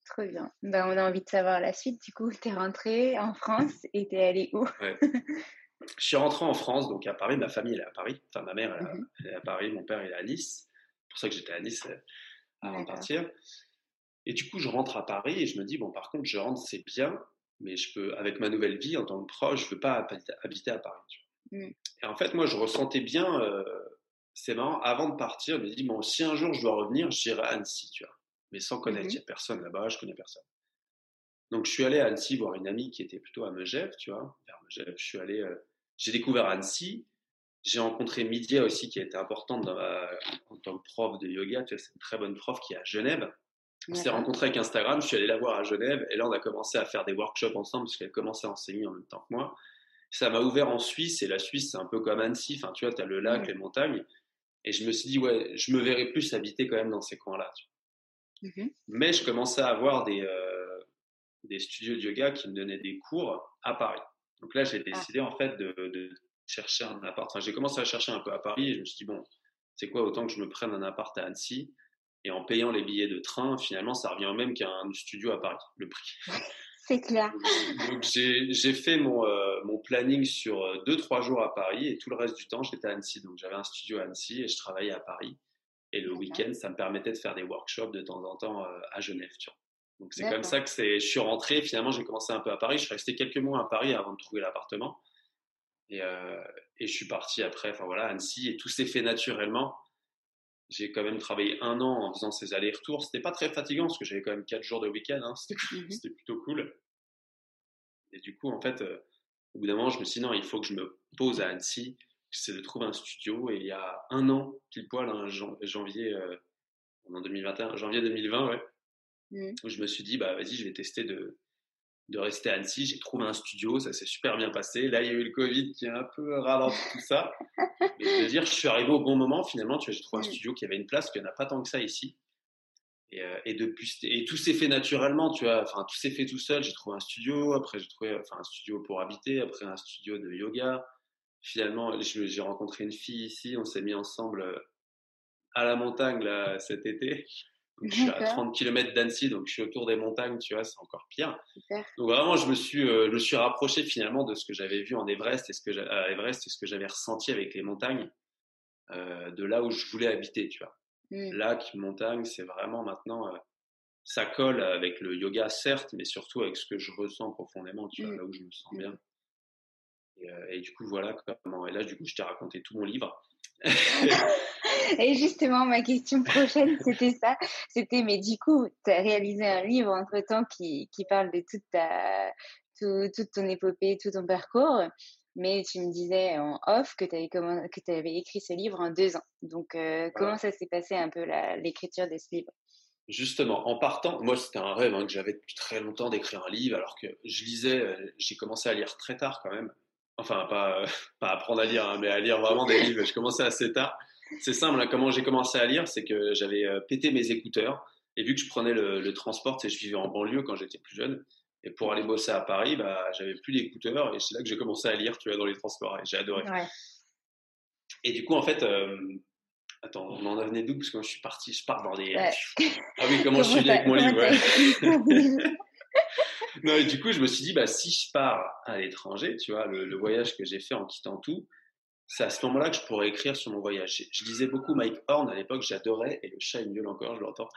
Trop bien. Ben, on a envie de savoir la suite. Du coup, tu es rentré en France et tu es allé où? Ouais. Je suis rentré en France, donc à Paris. Ma famille, elle est à Paris. Enfin, ma mère, Mhm. elle est à Paris. Mon père, il est à Nice. C'est pour ça que j'étais à Nice avant de D'accord. partir. Et du coup, je rentre à Paris et je me dis, bon, par contre, je rentre, c'est bien, mais je peux, avec ma nouvelle vie en tant que proche, je veux pas habiter à Paris. Tu vois. Mm. Et en fait, moi, je ressentais bien, c'est marrant, avant de partir, je me dis, bon, si un jour je dois revenir, j'irai à Annecy, tu vois. Mais sans connaître, il n'y a personne là-bas, je connais personne. Donc, je suis allé à Annecy voir une amie qui était plutôt à Megève, tu vois, vers Megève. Je suis allé, j'ai découvert Annecy. J'ai rencontré Midia aussi, qui a été importante en tant que prof de yoga. Tu vois, c'est une très bonne prof qui est à Genève. On s'est rencontrés avec Instagram, je suis allé la voir à Genève, et là, on a commencé à faire des workshops ensemble, parce qu'elle commençait à enseigner en même temps que moi. Ça m'a ouvert en Suisse, et la Suisse, c'est un peu comme Annecy. Enfin, tu vois, tu as le lac, les montagnes. Et je me suis dit, ouais, je me verrais plus habiter quand même dans ces coins-là. Tu vois. Mais je commençais à avoir des studios de yoga qui me donnaient des cours à Paris. Donc là, j'ai décidé en fait de chercher un appart. Enfin, j'ai commencé à chercher un peu à Paris et je me suis dit, bon, c'est quoi, autant que je me prenne un appart à Annecy et en payant les billets de train, finalement, ça revient au même qu'un studio à Paris, le prix. C'est clair. Donc j'ai fait mon planning sur 2-3 jours à Paris et tout le reste du temps, j'étais à Annecy. Donc j'avais un studio à Annecy et je travaillais à Paris. Et le week-end, ça me permettait de faire des workshops de temps en temps à Genève, tu vois. Donc c'est comme ça que je suis rentré. Finalement, j'ai commencé un peu à Paris. Je suis resté quelques mois à Paris avant de trouver l'appartement. Et je suis parti après, enfin voilà, à Annecy. Et tout s'est fait naturellement. J'ai quand même travaillé 1 an en faisant ces allers-retours. C'était pas très fatigant parce que j'avais quand même 4 jours de week-end. Hein. C'était plutôt cool. Et du coup, en fait, au bout d'un moment, je me suis dit non, il faut que je me pose à Annecy. J'essaie de trouver un studio. Et il y a 1 an, pile poil, hein, janvier, en 2021, janvier 2020, ouais. Où je me suis dit, bah vas-y, je vais tester de rester à Annecy. J'ai trouvé un studio, ça s'est super bien passé. Là, il y a eu le Covid qui a un peu ralenti tout ça. Mais je veux dire, je suis arrivé au bon moment finalement. Tu vois, j'ai trouvé un studio qui avait une place, qu'il n'y en a pas tant que ça ici. Et tout s'est fait naturellement, tu vois. Enfin, tout s'est fait tout seul. J'ai trouvé un studio, après j'ai trouvé un studio pour habiter, après un studio de yoga. Finalement, j'ai rencontré une fille ici. On s'est mis ensemble à la montagne là, cet été. Donc, je suis à 30 km d'Annecy, donc je suis autour des montagnes, tu vois, c'est encore pire. Super. Donc vraiment, je me suis rapproché finalement de ce que j'avais vu en Everest et ce que j'avais ressenti avec les montagnes, de là où je voulais habiter, tu vois. Lac, montagne, c'est vraiment maintenant, ça colle avec le yoga, certes, mais surtout avec ce que je ressens profondément, tu vois, là où je me sens bien. Et du coup, voilà comment. Et là, du coup, je t'ai raconté tout mon livre. Et justement, ma question prochaine, c'était ça. C'était, mais du coup, tu as réalisé un livre entre-temps qui parle de toute ton épopée, tout ton parcours. Mais tu me disais en off que tu avais écrit ce livre en 2 ans. Donc, comment ça s'est passé un peu l'écriture de ce livre? Justement, en partant, moi c'était un rêve que j'avais depuis très longtemps d'écrire un livre, alors que je lisais, j'ai commencé à lire très tard quand même. Enfin, pas apprendre à lire, hein, mais à lire vraiment des livres. Je commençais assez tard. C'est simple, hein, comment j'ai commencé à lire, c'est que j'avais pété mes écouteurs. Et vu que je prenais le transport, je vivais en banlieue quand j'étais plus jeune. Et pour aller bosser à Paris, bah, j'avais plus d'écouteurs. Et c'est là que j'ai commencé à lire, tu vois, dans les transports. Et j'ai adoré. Ouais. Et du coup, en fait, attends, on en venait d'où? Parce que moi, je pars dans des... Ouais. Ah oui, comment je suis lié avec mon livre, ouais. Non, et du coup, je me suis dit, bah, si je pars à l'étranger, tu vois, le voyage que j'ai fait en quittant tout, c'est à ce moment-là que je pourrais écrire sur mon voyage. Je lisais beaucoup Mike Horn à l'époque, j'adorais, et le chat il miaule encore, je l'entends.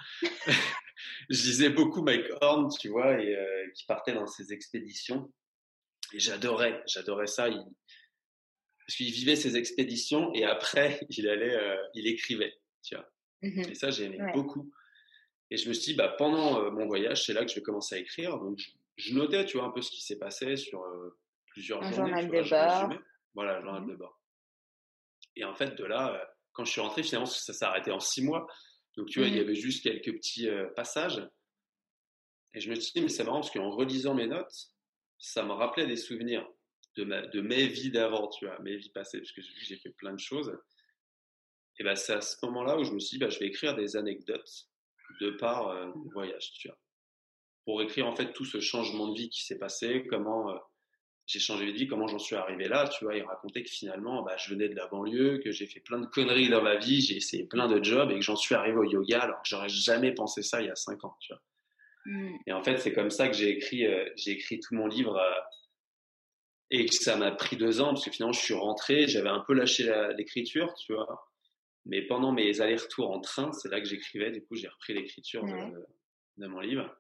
Je lisais beaucoup Mike Horn, tu vois, et qui partait dans ses expéditions. Et j'adorais ça. Parce qu'il vivait ses expéditions et après, il écrivait, tu vois. Et ça, j'aimais beaucoup. Et je me suis dit, bah, pendant mon voyage, c'est là que je vais commencer à écrire. Donc, je notais, tu vois, un peu ce qui s'est passé sur plusieurs journées. Un journal de bord. Voilà, journal de bord. Et en fait, de là, quand je suis rentré, finalement, ça s'est arrêté en 6 mois. Donc, tu vois, il y avait juste quelques petits passages. Et je me suis dit, mais c'est marrant parce qu'en relisant mes notes, ça me rappelait des souvenirs de mes vies d'avant, tu vois, mes vies passées, parce que j'ai fait plein de choses. Et bah, c'est à ce moment-là où je me suis dit, bah, je vais écrire des anecdotes de par mon voyage, tu vois. Pour écrire, en fait, tout ce changement de vie qui s'est passé, comment j'ai changé de vie, comment j'en suis arrivé là, tu vois, et raconter que finalement, bah, je venais de la banlieue, que j'ai fait plein de conneries dans ma vie, j'ai essayé plein de jobs et que j'en suis arrivé au yoga alors que j'aurais jamais pensé ça il y a 5 ans, tu vois. Et en fait, c'est comme ça que j'ai écrit tout mon livre et que ça m'a pris 2 ans parce que finalement, je suis rentré, j'avais un peu lâché l'écriture, tu vois. Mais pendant mes allers-retours en train, c'est là que j'écrivais. Du coup, j'ai repris l'écriture de mon livre.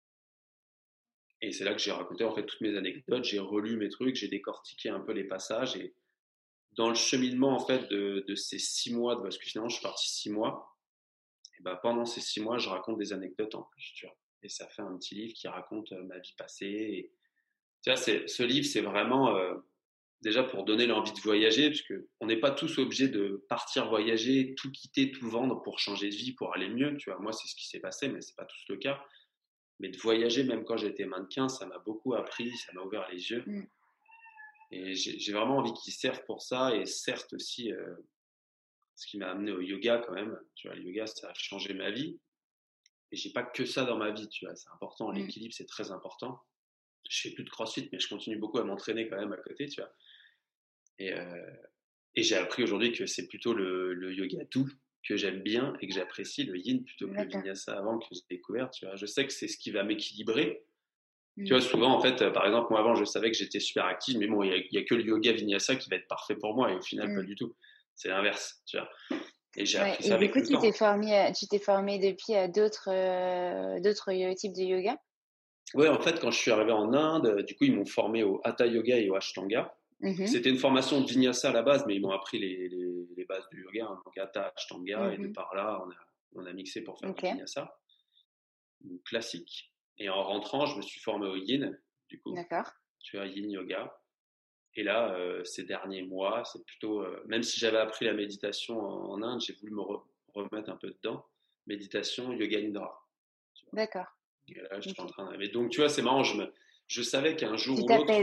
Et c'est là que j'ai raconté en fait toutes mes anecdotes, j'ai relu mes trucs, j'ai décortiqué un peu les passages. Et dans le cheminement en fait de ces 6 mois, parce que finalement, je suis parti 6 mois, et ben, pendant ces 6 mois, je raconte des anecdotes en plus, tu vois. Et ça fait un petit livre qui raconte ma vie passée. Et, tu vois, ce livre, c'est vraiment déjà pour donner l'envie de voyager, parce qu'on n'est pas tous obligés de partir voyager, tout quitter, tout vendre pour changer de vie, pour aller mieux. Tu vois, moi, c'est ce qui s'est passé, mais c'est pas tous le cas. Mais de voyager, même quand j'étais mannequin, ça m'a beaucoup appris, ça m'a ouvert les yeux. Et j'ai vraiment envie qu'il serve pour ça. Et certes aussi, ce qui m'a amené au yoga quand même. Tu vois, le yoga, ça a changé ma vie. Et j'ai pas que ça dans ma vie, tu vois. C'est important, l'équilibre, c'est très important. Je fais plus de crossfit, mais je continue beaucoup à m'entraîner quand même à côté, tu vois. Et j'ai appris aujourd'hui que c'est plutôt le yoga doux que j'aime bien et que j'apprécie, le yin plutôt que le vinyasa avant que j'ai découvert, tu vois. Je sais que c'est ce qui va m'équilibrer. Tu vois, souvent, en fait, par exemple, moi avant, je savais que j'étais super actif, mais bon, il y a que le yoga vinyasa qui va être parfait pour moi et au final, pas du tout. C'est l'inverse, tu vois. Et j'ai appris ça avec le temps. Et du coup, tu t'es formé depuis à d'autres types de yoga? Ouais, en fait, quand je suis arrivé en Inde, du coup, ils m'ont formé au Hatha Yoga et au Ashtanga. C'était une formation de vinyasa à la base, mais ils m'ont appris les bases du yoga, hein, donc Hatha, Ashtanga, et de par là, on a mixé pour faire du vinyasa, classique. Et en rentrant, je me suis formé au yin, du coup. D'accord. Tu vois, yin yoga. Et là, ces derniers mois, c'est plutôt, même si j'avais appris la méditation en Inde, j'ai voulu me remettre un peu dedans. Méditation, yoga nidra. D'accord. Et là, je suis en train de... Mais donc, tu vois, c'est marrant, je savais qu'un jour ou l'autre,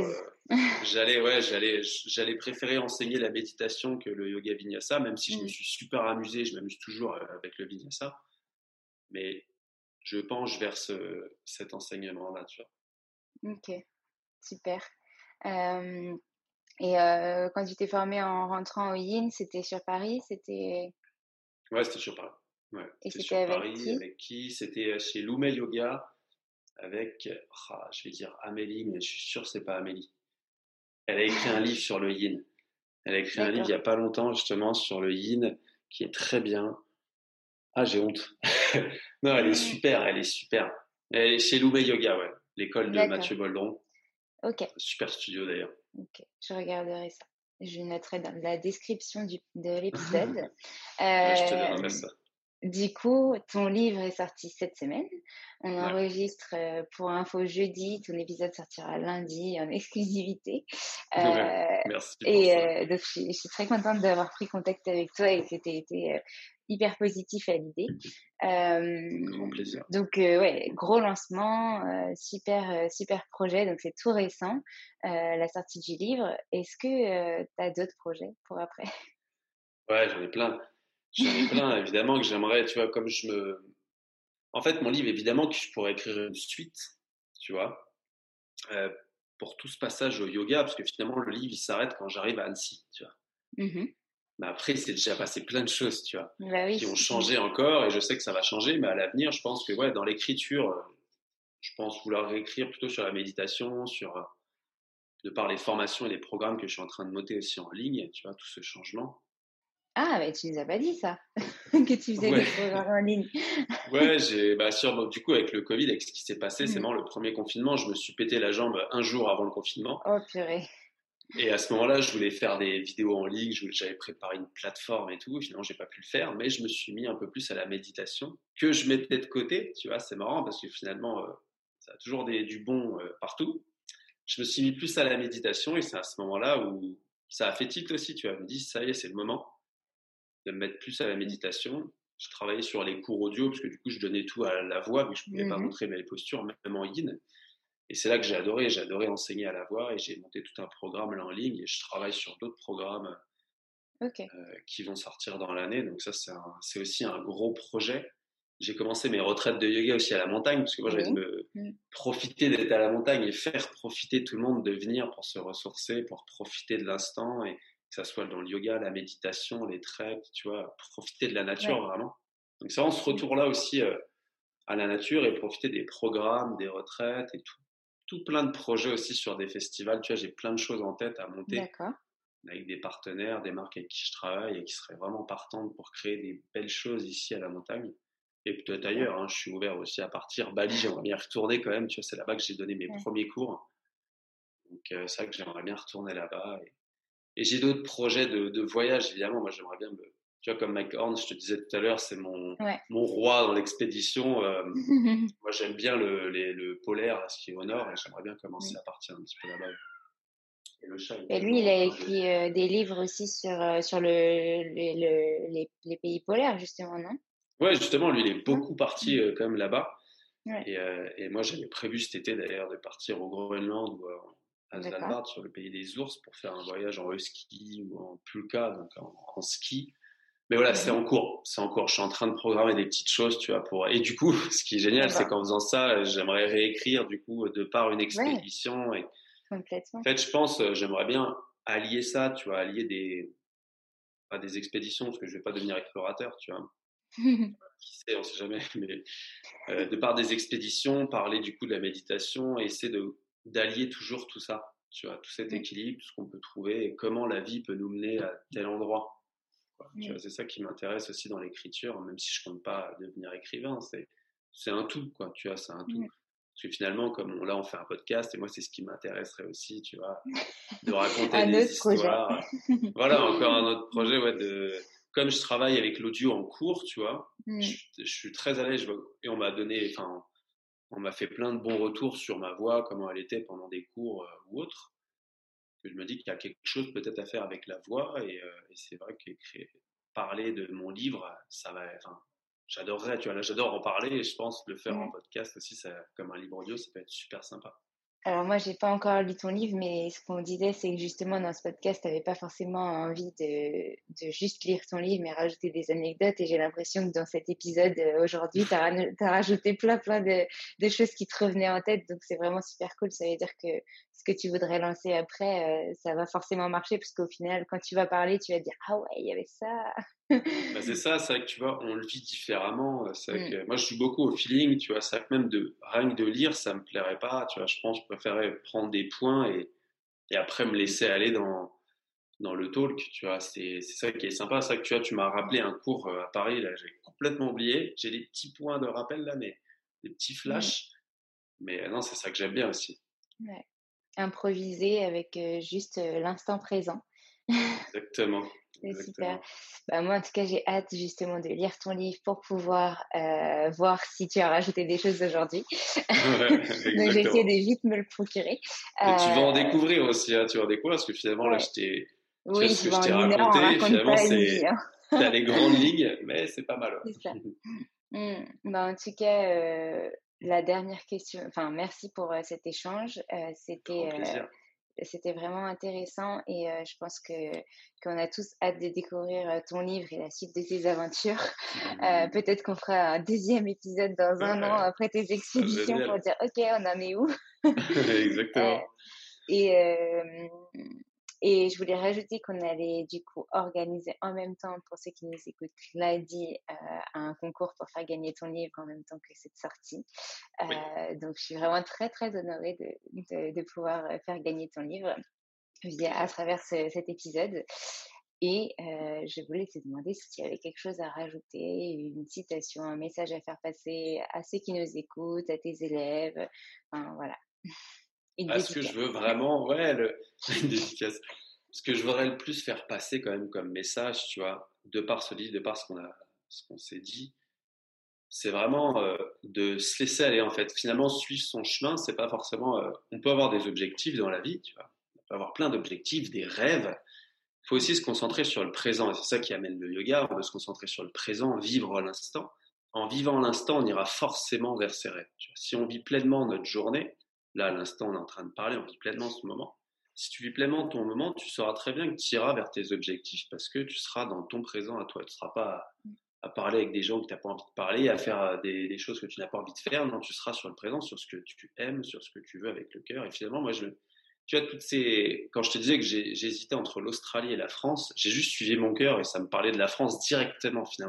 j'allais préférer enseigner la méditation que le yoga vinyasa, même si je me suis super amusé, je m'amuse toujours avec le vinyasa. Mais je penche vers cet enseignement-là, tu vois. Ok, super. Et quand tu t'es formé en rentrant au yin, c'était sur Paris, Ouais, c'était sur Paris. Ouais, et c'était sur sur avec Paris. qui? Avec qui? C'était chez Loumé Yoga, avec, je vais dire Amélie, mais je suis sûr que c'est pas Amélie. Elle a écrit un livre sur le yin. Elle a écrit un livre il y a pas longtemps, justement, sur le yin, qui est très bien. Ah, j'ai honte. Non, elle est super, elle est super. Elle est chez Loumé Yoga, ouais. L'école de Mathieu Boldron. Ok. Super studio, d'ailleurs. Ok, je regarderai ça. Je noterai dans la description de l'épisode. Je te donnerai ça. Du coup, ton livre est sorti cette semaine. On enregistre pour info jeudi. Ton épisode sortira lundi en exclusivité. Merci pour ça. Donc, je suis très contente d'avoir pris contact avec toi et que tu aies été hyper positif à l'idée. Grand plaisir. Donc, gros lancement, super projet. Donc, c'est tout récent, la sortie du livre. Est-ce que tu as d'autres projets pour après? Ouais, j'en ai plein. Évidemment, que j'aimerais, tu vois, En fait, mon livre, évidemment, que je pourrais écrire une suite, tu vois, pour tout ce passage au yoga, parce que finalement, le livre, il s'arrête quand j'arrive à Annecy, tu vois. Mais après, il s'est déjà passé plein de choses, tu vois, qui ont changé encore, et je sais que ça va changer, mais à l'avenir, je pense que, dans l'écriture, je pense vouloir réécrire plutôt sur la méditation, de par les formations et les programmes que je suis en train de monter aussi en ligne, tu vois, tout ce changement. Ah, mais tu nous as pas dit ça, que tu faisais des programmes en ligne. Ouais, du coup, avec le Covid, avec ce qui s'est passé, c'est vraiment le premier confinement, je me suis pété la jambe un jour avant le confinement. Oh, purée. Et à ce moment-là, je voulais faire des vidéos en ligne, j'avais préparé une plateforme et tout, finalement, j'ai pas pu le faire, mais je me suis mis un peu plus à la méditation, que je mettais de côté, tu vois, c'est marrant, parce que finalement, ça a toujours du bon partout. Je me suis mis plus à la méditation, et c'est à ce moment-là où ça a fait tilt aussi, tu vois, je me dis, ça y est, c'est le moment de me mettre plus à la méditation. Je travaillais sur les cours audio, parce que du coup, je donnais tout à la voix, vu que je ne pouvais pas montrer mes postures, même en yin. Et c'est là que j'ai adoré enseigner à la voix, et j'ai monté tout un programme là en ligne, et je travaille sur d'autres programmes qui vont sortir dans l'année. Donc ça, c'est aussi un gros projet. J'ai commencé mes retraites de yoga aussi à la montagne, parce que moi, j'avais de profiter d'être à la montagne et faire profiter tout le monde de venir pour se ressourcer, pour profiter de l'instant, et que ça soit dans le yoga, la méditation, les treks, tu vois, profiter de la nature vraiment. Donc c'est vraiment ce retour-là aussi à la nature et profiter des programmes, des retraites et tout plein de projets aussi sur des festivals. Tu vois, j'ai plein de choses en tête à monter. D'accord. Avec des partenaires, des marques avec qui je travaille et qui seraient vraiment partantes pour créer des belles choses ici à la montagne. Et peut-être ailleurs, hein, je suis ouvert aussi à partir. Bali, j'aimerais bien y retourner quand même, tu vois, c'est là-bas que j'ai donné mes premiers cours. Donc c'est vrai que j'aimerais bien retourner là-bas. Et j'ai d'autres projets de voyage, évidemment. Moi, j'aimerais bien tu vois, comme Mike Horn, je te disais tout à l'heure, c'est mon roi dans l'expédition. Moi, j'aime bien le polaire, ce qui est au nord, et j'aimerais bien commencer à partir un petit peu là-bas. Et lui, il a écrit des livres aussi sur les pays polaires, justement, non? Ouais, justement, lui, il est beaucoup parti quand même là-bas. Ouais. Et moi, j'avais prévu cet été d'ailleurs de partir au Groenland ou à Svalbard, sur le pays des ours, pour faire un voyage en husky ou en pulka, donc en ski. Mais voilà, c'est en cours. C'est en cours. Je suis en train de programmer des petites choses, tu vois, Et du coup, ce qui est génial, c'est qu'en faisant ça, j'aimerais réécrire, du coup, de par une expédition. Ouais. Complètement. En fait, je pense, j'aimerais bien allier ça, tu vois, allier pas des expéditions, parce que je vais pas devenir explorateur, tu vois. Qui sait, on sait jamais. Mais de par des expéditions, parler du coup de la méditation, et essayer d'allier toujours tout ça, tu vois, tout cet équilibre, tout ce qu'on peut trouver, et comment la vie peut nous mener à tel endroit. Tu vois, c'est ça qui m'intéresse aussi dans l'écriture, même si je compte pas devenir écrivain, c'est un tout, quoi, tu vois, c'est un tout. Parce que finalement, comme là on fait un podcast, et moi c'est ce qui m'intéresserait aussi, tu vois, de raconter des histoires. Voilà, encore un autre projet, comme je travaille avec l'audio en cours, tu vois, je suis très à l'aise, et on m'a fait plein de bons retours sur ma voix, comment elle était pendant des cours ou autres. Que je me dis qu'il y a quelque chose peut-être à faire avec la voix, et c'est vrai que parler de mon livre, ça va, j'adorerais, tu vois, là j'adore en parler, et je pense le faire en podcast aussi, comme un livre audio, ça peut être super sympa. Alors moi, j'ai pas encore lu ton livre, mais ce qu'on disait, c'est que justement dans ce podcast, tu n'avais pas forcément envie de juste lire ton livre, mais rajouter des anecdotes. Et j'ai l'impression que dans cet épisode aujourd'hui, tu as rajouté plein de choses qui te revenaient en tête. Donc c'est vraiment super cool. Ça veut dire que ce que tu voudrais lancer après, ça va forcément marcher, parce qu'au final, quand tu vas parler, tu vas dire « Ah ouais, il y avait ça !» C'est ça, c'est vrai que tu vois, on le vit différemment. C'est vrai que moi, je joue beaucoup au feeling, tu vois. C'est vrai que même rien que de lire, ça me plairait pas, tu vois. Je pense que je préférerais prendre des points et après me laisser aller dans le talk, tu vois. C'est ça qui est sympa. C'est vrai que tu vois, tu m'as rappelé un cours à Paris, là, j'ai complètement oublié. J'ai des petits points de rappel là, mais des petits flashs. Mais non, c'est ça que j'aime bien aussi. Ouais. Improviser avec juste l'instant présent. Exactement. C'est super. Bah, moi, en tout cas, j'ai hâte justement de lire ton livre pour pouvoir voir si tu as rajouté des choses aujourd'hui. Donc, j'ai essayé de vite me le procurer. Et tu vas en découvrir aussi, hein, tu vas en découvrir, parce que finalement, là, ce que je t'ai raconté, finalement, t'as les grandes lignes, mais c'est pas mal. C'est ça. Bah, en tout cas, la dernière question, enfin, merci pour cet échange. C'était vraiment intéressant, et je pense qu'on a tous hâte de découvrir ton livre et la suite de tes aventures. Peut-être qu'on fera un deuxième épisode dans un an après tes expéditions pour dire ok, on en est où. Exactement. Et je voulais rajouter qu'on allait du coup organiser en même temps, pour ceux qui nous écoutent lundi, un concours pour faire gagner ton livre en même temps que cette sortie. Donc, je suis vraiment très, très honorée de pouvoir faire gagner ton livre à travers cet épisode. Et je voulais te demander si tu avais quelque chose à rajouter, une citation, un message à faire passer à ceux qui nous écoutent, à tes élèves, enfin voilà. Ce que je veux vraiment, une dédicace. Ce que je voudrais le plus faire passer quand même comme message, tu vois, de par ce livre, de par ce qu'on s'est dit, c'est vraiment de se laisser aller en fait. Finalement, suivre son chemin, c'est pas forcément. On peut avoir des objectifs dans la vie, tu vois. On peut avoir plein d'objectifs, des rêves. Il faut aussi se concentrer sur le présent, et c'est ça qui amène le yoga. On veut se concentrer sur le présent, vivre l'instant. En vivant l'instant, on ira forcément vers ses rêves. Tu vois. Si on vit pleinement notre journée, là, à l'instant, on est en train de parler, on vit pleinement ce moment. Si tu vis pleinement ton moment, tu sauras très bien que tu iras vers tes objectifs, parce que tu seras dans ton présent à toi. Tu ne seras pas à parler avec des gens que tu n'as pas envie de parler, à faire des choses que tu n'as pas envie de faire. Non, tu seras sur le présent, sur ce que tu aimes, sur ce que tu veux avec le cœur. Et finalement, moi, tu vois, quand je te disais que j'hésitais entre l'Australie et la France, j'ai juste suivi mon cœur et ça me parlait de la France directement, finalement.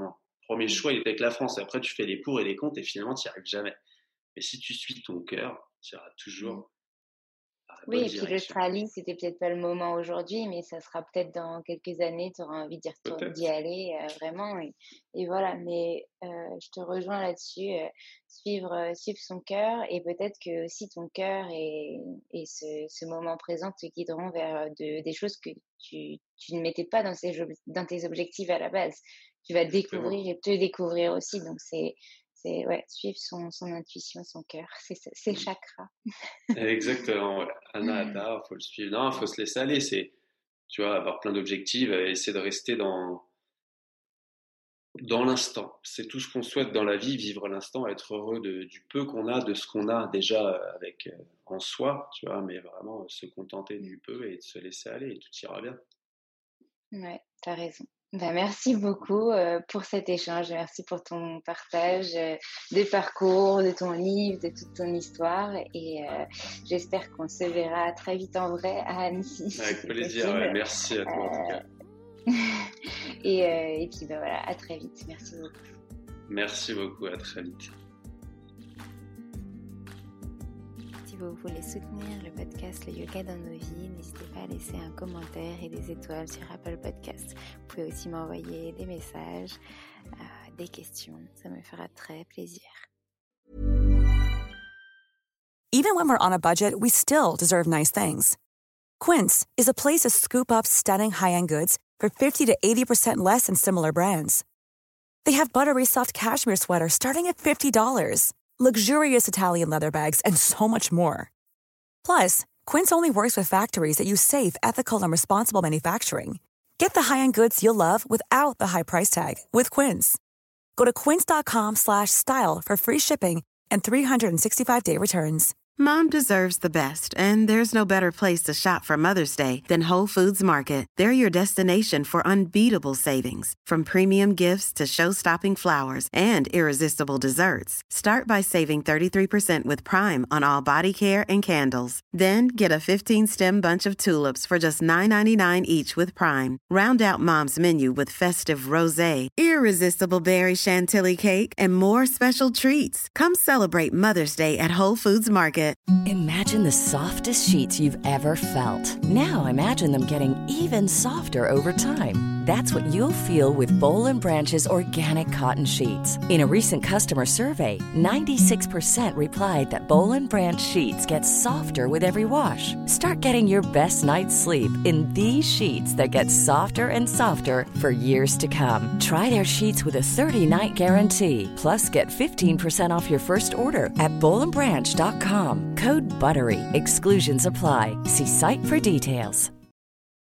premier choix, il était avec la France. Et après, tu fais les pour et les contre et finalement, tu n'y arrives jamais. Mais si tu suis ton cœur, tu iras toujours à la bonne Oui, et puis direction. l'Australie, c'était peut-être pas le moment aujourd'hui, mais ça sera peut-être dans quelques années, tu auras envie d'y aller vraiment. Et voilà, mais je te rejoins là-dessus, suivre son cœur, et peut-être que aussi ton cœur et ce moment présent te guideront vers des choses que tu ne mettais pas dans tes objectifs à la base. Tu vas découvrir et te découvrir aussi, donc c'est suivre son intuition, son cœur, c'est le chakra. Exactement, ouais. Anahata, il faut le suivre. Non, il faut se laisser aller. C'est, tu vois, avoir plein d'objectifs, essayer de rester dans l'instant. C'est tout ce qu'on souhaite dans la vie, vivre l'instant, être heureux du peu qu'on a, de ce qu'on a déjà avec en soi, tu vois, mais vraiment se contenter du peu et de se laisser aller et tout ira bien. Ouais, t'as raison. Merci beaucoup pour cet échange. Merci pour ton partage des parcours, de ton livre, de toute ton histoire. Et j'espère qu'on se verra très vite en vrai à Annecy. Avec plaisir. Ouais, merci à toi en tout cas. Et puis voilà, à très vite. Merci beaucoup. Merci beaucoup. À très vite. Si vous voulez soutenir le podcast Le Yoga dans nos vies, n'hésitez pas à laisser un commentaire et des étoiles sur Apple Podcasts. Vous pouvez aussi m'envoyer des messages, des questions. Ça me fera très plaisir. Even when we're on a budget, we still deserve nice things. Quince is a place to scoop up stunning high-end goods for 50 to 80% less than similar brands. They have buttery soft cashmere sweaters starting at $50. Luxurious Italian leather bags, and so much more. Plus, Quince only works with factories that use safe, ethical, and responsible manufacturing. Get the high-end goods you'll love without the high price tag with Quince. Go to quince.com/style for free shipping and 365-day returns. Mom deserves the best, and there's no better place to shop for Mother's Day than Whole Foods Market. They're your destination for unbeatable savings, from premium gifts to show-stopping flowers and irresistible desserts. Start by saving 33% with Prime on all body care and candles. Then get a 15-stem bunch of tulips for just $9.99 each with Prime. Round out Mom's menu with festive rosé, irresistible berry chantilly cake, and more special treats. Come celebrate Mother's Day at Whole Foods Market. Imagine the softest sheets you've ever felt. Now imagine them getting even softer over time. That's what you'll feel with Boll & Branch's organic cotton sheets. In a recent customer survey, 96% replied that Boll & Branch sheets get softer with every wash. Start getting your best night's sleep in these sheets that get softer and softer for years to come. Try their sheets with a 30-night guarantee. Plus, get 15% off your first order at bollandbranch.com. Code BUTTERY. Exclusions apply. See site for details.